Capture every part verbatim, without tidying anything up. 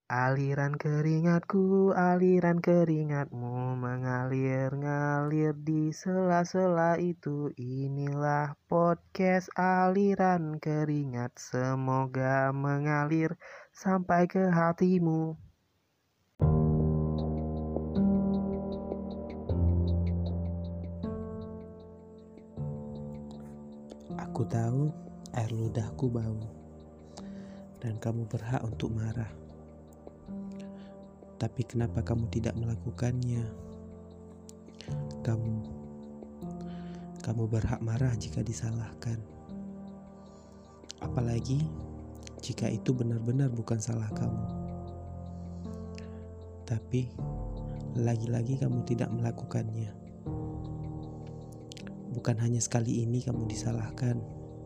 Aliran keringatku, aliran keringatmu mengalir-ngalir di sela-sela itu. Inilah podcast aliran keringat, semoga mengalir sampai ke hatimu. Aku tahu air ludahku bau, dan kamu berhak untuk marah. Tapi kenapa kamu tidak melakukannya? Kamu, kamu berhak marah jika disalahkan. Apalagi jika itu benar-benar bukan salah kamu. Tapi lagi-lagi kamu tidak melakukannya. Bukan hanya sekali ini kamu disalahkan.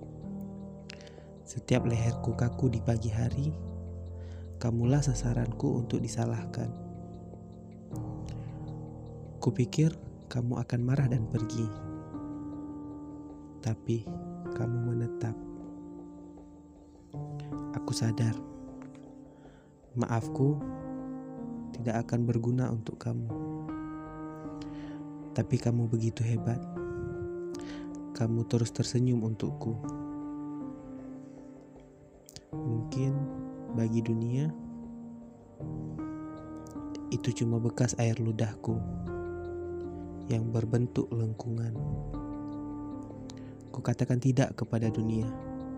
Setiap leherku kaku di pagi hari, kamulah sasaranku untuk disalahkan. Kupikir kamu akan marah dan pergi, tapi kamu menetap. Aku sadar, maafku tidak akan berguna untuk kamu. Tapi kamu begitu hebat. Kamu terus tersenyum untukku. Mungkin bagi dunia, itu cuma bekas air ludahku yang berbentuk lengkungan. Ku katakan tidak kepada dunia.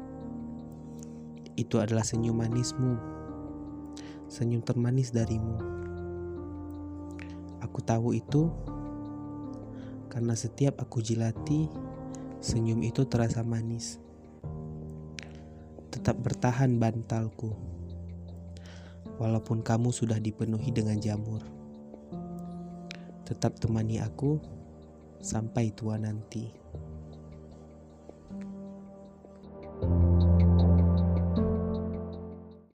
Itu adalah senyum manismu, senyum termanis darimu. Aku tahu itu karena setiap aku jilati, senyum itu terasa manis. Tetap bertahan bantalku, walaupun kamu sudah dipenuhi dengan jamur. Tetap temani aku sampai tua nanti.